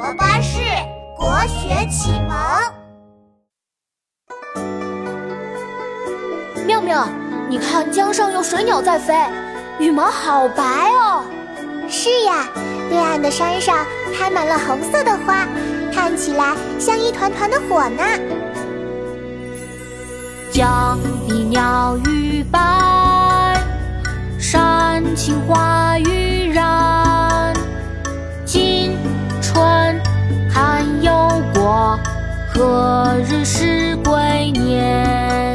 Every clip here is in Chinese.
巴士国学启蒙。 妙妙，你看江上有水鸟在飞，羽毛好白哦。 是呀，对岸的山上开满了红色的花，看起来像一团团的火呢。 江碧鸟语白，山青花欲燃。今春堪忧过，何日是归年？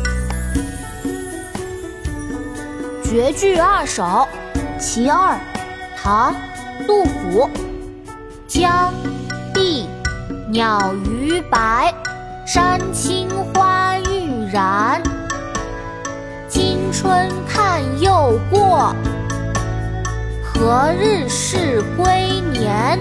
绝句二首·其二，唐·杜甫。江碧鸟语白，山青花欲燃。今春堪忧过，何日是归年？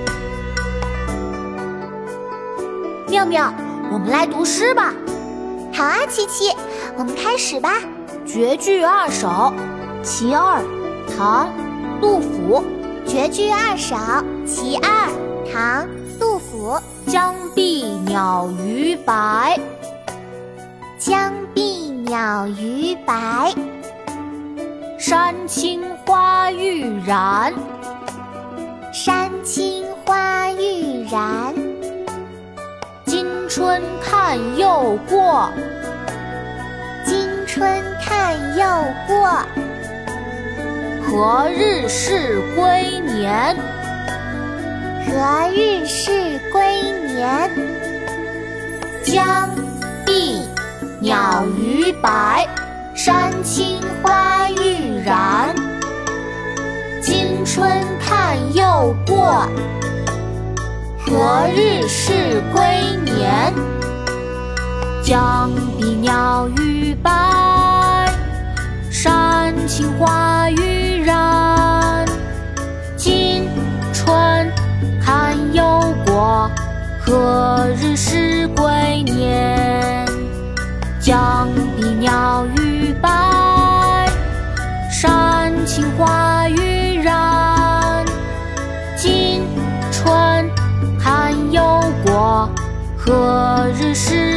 妙妙，我们来读诗吧。 好啊，琪琪，我们开始吧。 绝句二首·其二，唐·杜甫。 绝句二首·其二，唐·杜甫。 江碧鸟语白， 江碧鸟语白。 山青花欲燃， 山青花欲燃。 今春堪忧过， 今春堪忧过。 何日是归年？ 何日是归年？ 江碧鸟语白，山青花欲燃。今春堪忧过，何日是归年？江碧鸟语白，山青花欲燃。今春堪忧过，何日是归年？江碧鸟语白，山青花欲燃。今春堪忧过，何日是